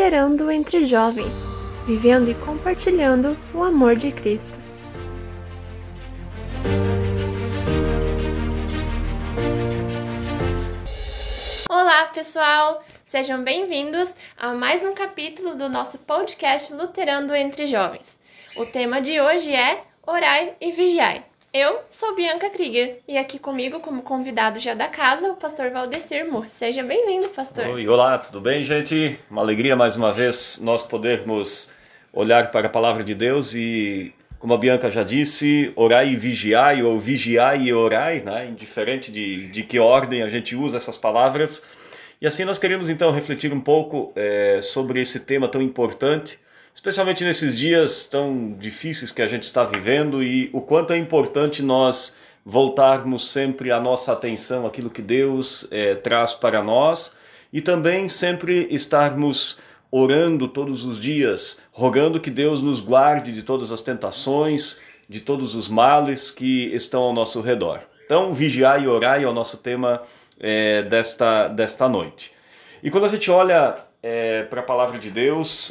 Luterando entre Jovens, vivendo e compartilhando o amor de Cristo. Olá, pessoal! Sejam bem-vindos a mais um capítulo do nosso podcast Luterando entre Jovens. O tema de hoje é Orai e Vigiai. Eu sou Bianca Krieger e aqui comigo, como convidado já da casa, o pastor Valdecir Mur. Seja bem-vindo, pastor. Oi, olá, tudo bem, gente? Uma alegria mais uma vez nós podermos olhar para a palavra de Deus e, como a Bianca já disse, orai e vigiai, ou vigiai e orai, né? Indiferente de que ordem a gente usa essas palavras. E assim nós queremos então refletir um pouco sobre esse tema tão importante, especialmente nesses dias tão difíceis que a gente está vivendo e o quanto é importante nós voltarmos sempre a nossa atenção àquilo que Deus traz para nós e também sempre estarmos orando todos os dias, rogando que Deus nos guarde de todas as tentações, de todos os males que estão ao nosso redor. Então, vigiar e orar é o nosso tema desta noite. E quando a gente olha para a palavra de Deus,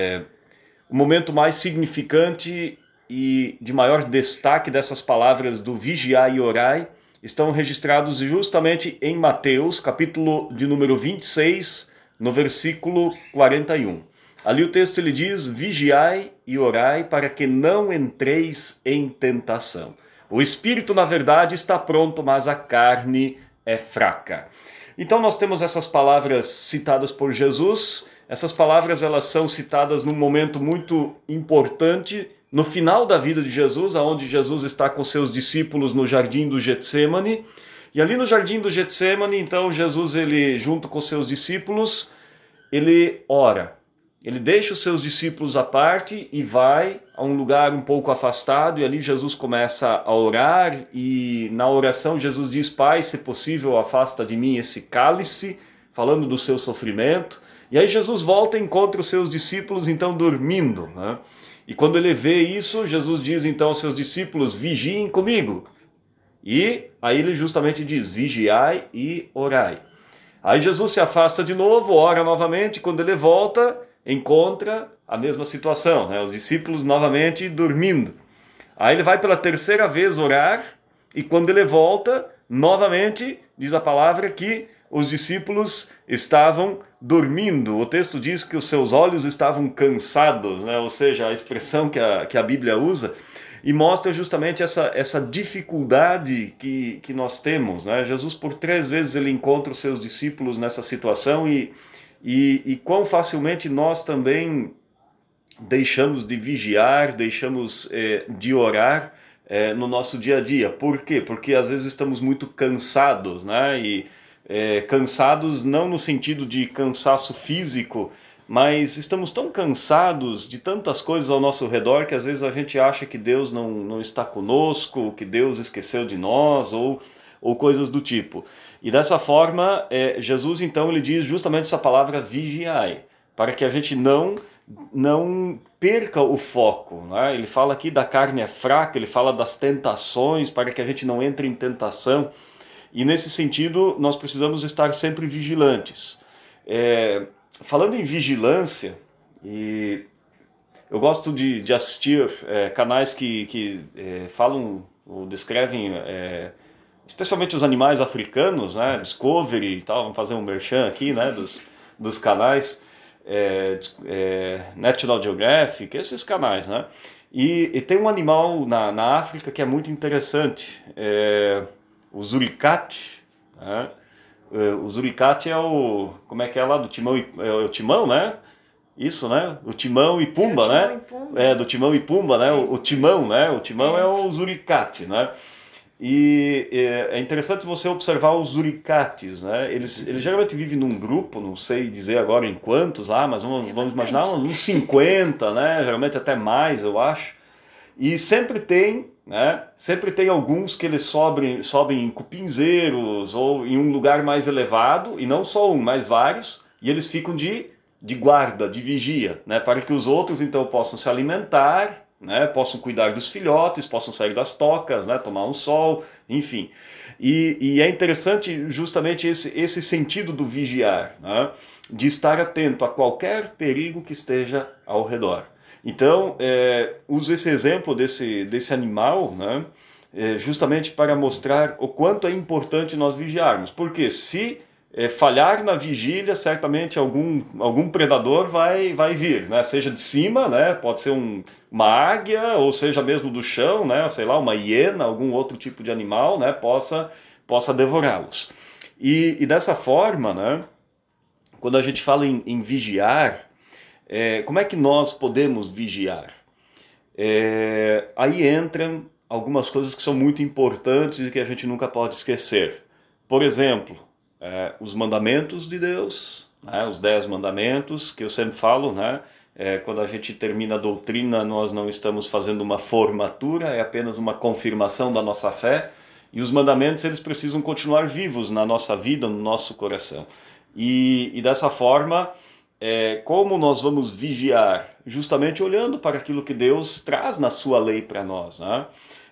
o momento mais significante e de maior destaque dessas palavras do vigiar e orai estão registrados justamente em Mateus, capítulo de número 26, no versículo 41. Ali o texto ele diz: vigiai e orai para que não entreis em tentação. O espírito, na verdade, está pronto, mas a carne é fraca. Então nós temos essas palavras citadas por Jesus. Essas palavras elas são citadas num momento muito importante, no final da vida de Jesus, onde Jesus está com seus discípulos no jardim do Getsêmani. E ali no jardim do Getsêmani, então Jesus, ele junto com seus discípulos, ele ora. Ele deixa os seus discípulos à parte e vai a um lugar um pouco afastado, e ali Jesus começa a orar, e na oração Jesus diz: Pai, se possível, afasta de mim esse cálice, falando do seu sofrimento. E aí Jesus volta e encontra os seus discípulos então dormindo, né? E quando ele vê isso, Jesus diz então aos seus discípulos: vigiem comigo. E aí ele justamente diz: vigiai e orai. Aí Jesus se afasta de novo, ora novamente, quando ele volta, encontra a mesma situação, né? Os discípulos novamente dormindo. Aí ele vai pela terceira vez orar, e quando ele volta, novamente, diz a palavra que os discípulos estavam dormindo. O texto diz que os seus olhos estavam cansados, né? Ou seja, a expressão que a Bíblia usa, e mostra justamente essa dificuldade que nós temos, né? Jesus, por 3 vezes, ele encontra os seus discípulos nessa situação e quão facilmente nós também deixamos de vigiar, deixamos de orar no nosso dia a dia. Por quê? Porque às vezes estamos muito cansados, né? E cansados não no sentido de cansaço físico, mas estamos tão cansados de tantas coisas ao nosso redor que às vezes a gente acha que Deus não está conosco, que Deus esqueceu de nós ou coisas do tipo. E dessa forma, Jesus então ele diz justamente essa palavra vigiai, para que a gente não perca o foco, né? Ele fala aqui da carne é fraca, ele fala das tentações, para que a gente não entre em tentação. E nesse sentido, nós precisamos estar sempre vigilantes. Falando em vigilância, e eu gosto de assistir canais que falam ou descrevem especialmente os animais africanos, né? Discovery e tal, vamos fazer um merchan aqui, né? dos canais, National Geographic, esses canais, né? E tem um animal na África que é muito interessante, o suricate, né? O suricate é como é que é lá, do Timão é o Timão, né? Isso, né? O Timão e Pumba, né? Do Timão e Pumba, né? O Timão, né? O Timão é o suricate, né? E é interessante você observar os suricates, né? Eles geralmente vivem num grupo, não sei dizer agora em quantos lá, mas vamos imaginar uns 50, né? Geralmente até mais, eu acho. E sempre tem, né? Sempre tem alguns que eles sobem em cupinzeiros ou em um lugar mais elevado, e não só um, mas vários, e eles ficam de guarda, de vigia, né? Para que os outros então possam se alimentar, né? Possam cuidar dos filhotes, possam sair das tocas, né? Tomar um sol, enfim. E é interessante justamente esse sentido do vigiar, né? De estar atento a qualquer perigo que esteja ao redor. Então, uso esse exemplo desse animal, né? Justamente para mostrar o quanto é importante nós vigiarmos. Porque se falhar na vigília, certamente algum predador vai vir, né? Seja de cima, né? Pode ser uma águia, ou seja mesmo do chão, né? Sei lá, uma hiena, algum outro tipo de animal, né? Possa devorá-los. E dessa forma, né? Quando a gente fala em vigiar, como é que nós podemos vigiar? Aí entram algumas coisas que são muito importantes e que a gente nunca pode esquecer. Por exemplo, os mandamentos de Deus, né, os 10 mandamentos, que eu sempre falo, né, quando a gente termina a doutrina, nós não estamos fazendo uma formatura, é apenas uma confirmação da nossa fé, e os mandamentos eles precisam continuar vivos na nossa vida, no nosso coração. E dessa forma, como nós vamos vigiar? Justamente olhando para aquilo que Deus traz na sua lei para nós, né?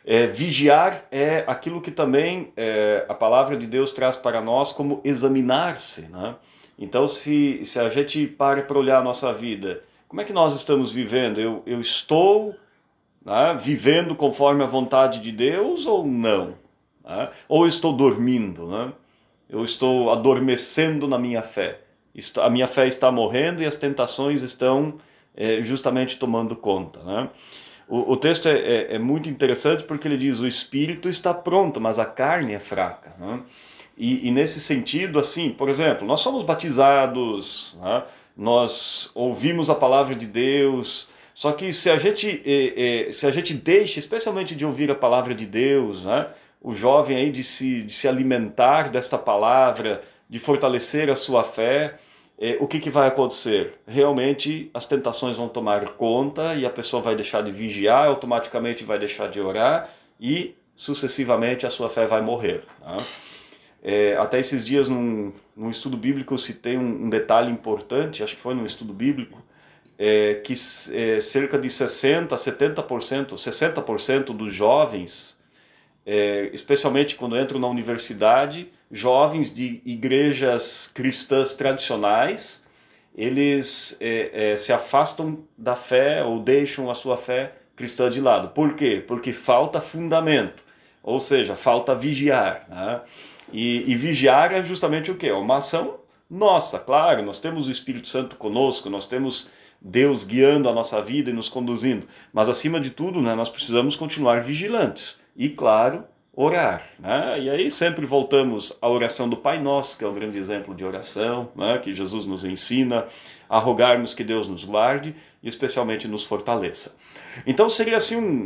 Vigiar é aquilo que também a palavra de Deus traz para nós como examinar-se, né? Então, se a gente para olhar a nossa vida, como é que nós estamos vivendo? Eu estou, né, vivendo conforme a vontade de Deus ou não? Né? Ou estou dormindo, né? Eu estou adormecendo na minha fé. A minha fé está morrendo e as tentações estão justamente tomando conta, né? O texto é muito interessante porque ele diz: o espírito está pronto, mas a carne é fraca, né? E nesse sentido, assim, por exemplo, nós somos batizados, né? Nós ouvimos a palavra de Deus, só que se a gente deixa, especialmente de ouvir a palavra de Deus, né? O jovem aí de se alimentar desta palavra, de fortalecer a sua fé, o que vai acontecer? Realmente as tentações vão tomar conta e a pessoa vai deixar de vigiar, automaticamente vai deixar de orar e sucessivamente a sua fé vai morrer. Tá? Até esses dias num estudo bíblico eu citei um detalhe importante, acho que foi num estudo bíblico, que cerca de 60%, 70%, 60% dos jovens, especialmente quando entram na universidade, jovens de igrejas cristãs tradicionais, eles se afastam da fé ou deixam a sua fé cristã de lado. Por quê? Porque falta fundamento, ou seja, falta vigiar, né? E vigiar é justamente o quê? É uma ação nossa, claro, nós temos o Espírito Santo conosco, nós temos Deus guiando a nossa vida e nos conduzindo, mas acima de tudo, né, nós precisamos continuar vigilantes e, claro, orar, né? E aí sempre voltamos à oração do Pai Nosso, que é um grande exemplo de oração, né? Que Jesus nos ensina a rogarmos que Deus nos guarde e especialmente nos fortaleça. Então seria assim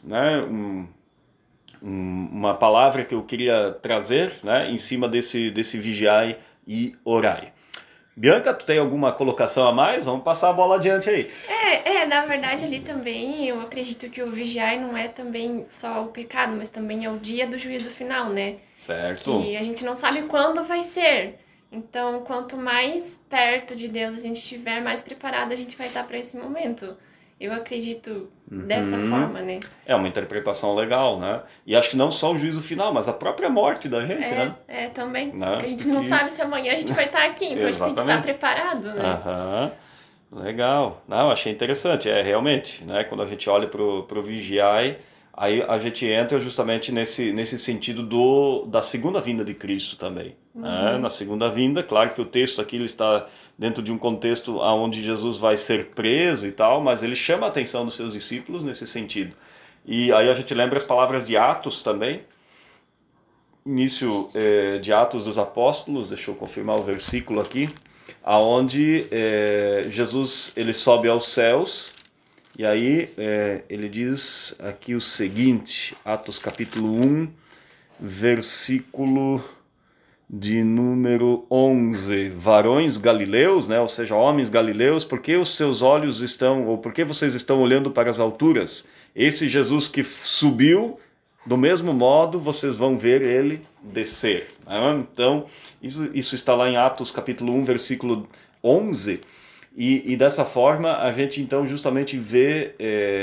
uma palavra que eu queria trazer, né, em cima desse vigiai e orai. Bianca, tu tem alguma colocação a mais? Vamos passar a bola adiante aí. Na verdade ali também eu acredito que o vigiar não é também só o pecado, mas também é o dia do juízo final, né? Certo. Que a gente não sabe quando vai ser. Então, quanto mais perto de Deus a gente estiver, mais preparado a gente vai estar para esse momento. Eu acredito dessa forma, né? É uma interpretação legal, né? E acho que não só o juízo final, mas a própria morte da gente, né? Também. Né? Porque a gente não sabe se amanhã a gente vai estar aqui, então Exatamente. a gente tem que estar preparado, né? Aham. Legal. Não, achei interessante. Realmente, né? Quando a gente olha pro vigiai, aí a gente entra justamente nesse sentido da segunda vinda de Cristo também. Né? Na segunda vinda, claro que o texto aqui ele está dentro de um contexto onde Jesus vai ser preso e tal, mas ele chama a atenção dos seus discípulos nesse sentido. E aí a gente lembra as palavras de Atos também, início de Atos dos Apóstolos, deixa eu confirmar o versículo aqui, aonde Jesus ele sobe aos céus, e aí ele diz aqui o seguinte, Atos capítulo 1, versículo de número 11, varões galileus, né, ou seja, homens galileus, por que os seus olhos estão, ou por que vocês estão olhando para as alturas? Esse Jesus que subiu, do mesmo modo vocês vão ver ele descer. Né? Então, isso está lá em Atos capítulo 1, versículo 11, e dessa forma a gente então justamente vê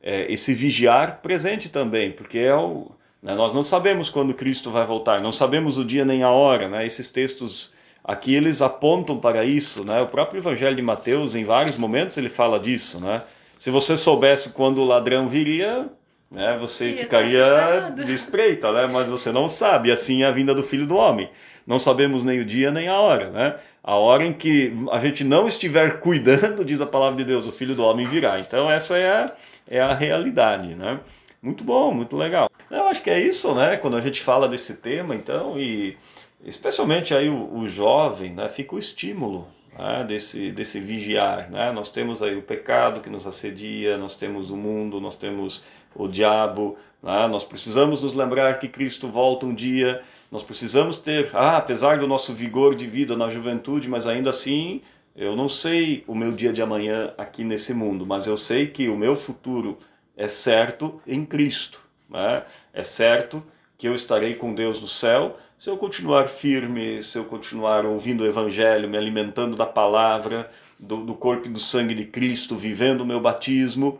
esse vigiar presente também, porque né, nós não sabemos quando Cristo vai voltar, não sabemos o dia nem a hora, né? Esses textos aqui, eles apontam para isso, né? O próprio Evangelho de Mateus, em vários momentos, ele fala disso, né? Se você soubesse quando o ladrão viria, né, você ficaria de espreita, né? Mas você não sabe, assim é a vinda do Filho do Homem. Não sabemos nem o dia nem a hora, né? A hora em que a gente não estiver cuidando, diz a palavra de Deus, o Filho do Homem virá. Então essa é a realidade, né? Muito bom, muito legal. Eu acho que é isso, né? Quando a gente fala desse tema, então, e especialmente aí o jovem, né? Fica o estímulo, né? Desse vigiar, né? Nós temos aí o pecado que nos assedia, nós temos o mundo, nós temos o diabo, né? Nós precisamos nos lembrar que Cristo volta um dia, nós precisamos ter, apesar do nosso vigor de vida na juventude, mas ainda assim, eu não sei o meu dia de amanhã aqui nesse mundo, mas eu sei que o meu futuro é certo em Cristo, né? É certo que eu estarei com Deus no céu se eu continuar firme, se eu continuar ouvindo o Evangelho, me alimentando da palavra, do corpo e do sangue de Cristo, vivendo o meu batismo.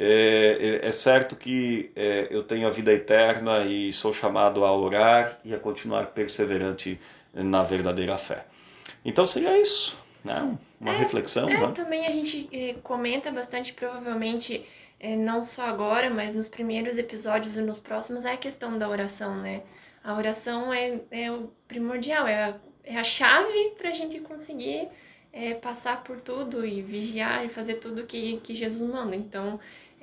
É certo que eu tenho a vida eterna e sou chamado a orar e a continuar perseverante na verdadeira fé. Então seria isso, né? Uma reflexão. Né? Também a gente comenta bastante, provavelmente, não só agora, mas nos primeiros episódios e nos próximos, é a questão da oração, né? A oração é o primordial, é a chave para a gente conseguir passar por tudo e vigiar e fazer tudo que Jesus manda. Então,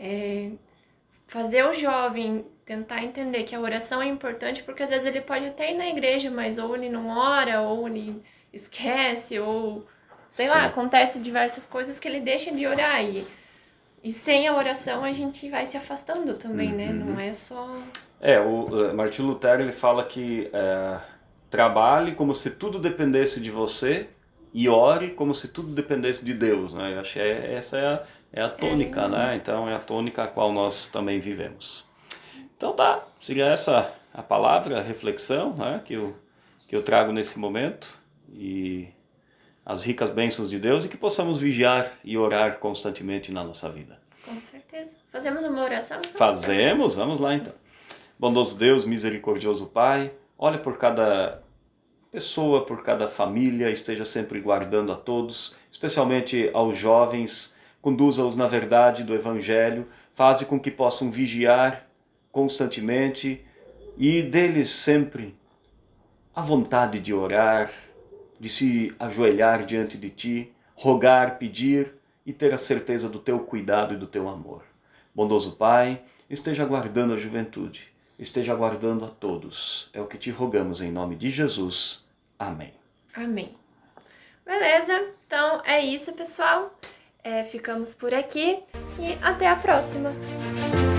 fazer o jovem tentar entender que a oração é importante, porque às vezes ele pode até ir na igreja, mas ou ele não ora, ou ele esquece, ou sei lá, acontece diversas coisas que ele deixa de orar. E sem a oração a gente vai se afastando também, né? Não é só... o Martinho Lutero, ele fala que trabalhe como se tudo dependesse de você e ore como se tudo dependesse de Deus, né? Eu acho que essa é a tônica, né? Então é a tônica a qual nós também vivemos. Então tá, seria essa a palavra, a reflexão, né? que eu trago nesse momento, e as ricas bênçãos de Deus, e que possamos vigiar e orar constantemente na nossa vida. Com certeza. Fazemos uma oração? Então? Fazemos, vamos lá então. Bondoso Deus, misericordioso Pai, olha por cada pessoa, por cada família, esteja sempre guardando a todos, especialmente aos jovens, conduza-os na verdade do Evangelho, faze com que possam vigiar constantemente e dê-lhes sempre a vontade de orar, de se ajoelhar diante de Ti, rogar, pedir e ter a certeza do Teu cuidado e do Teu amor. Bondoso Pai, esteja guardando a juventude, esteja guardando a todos. É o que Te rogamos em nome de Jesus. Amém. Amém. Beleza, então é isso, pessoal. Ficamos por aqui e até a próxima.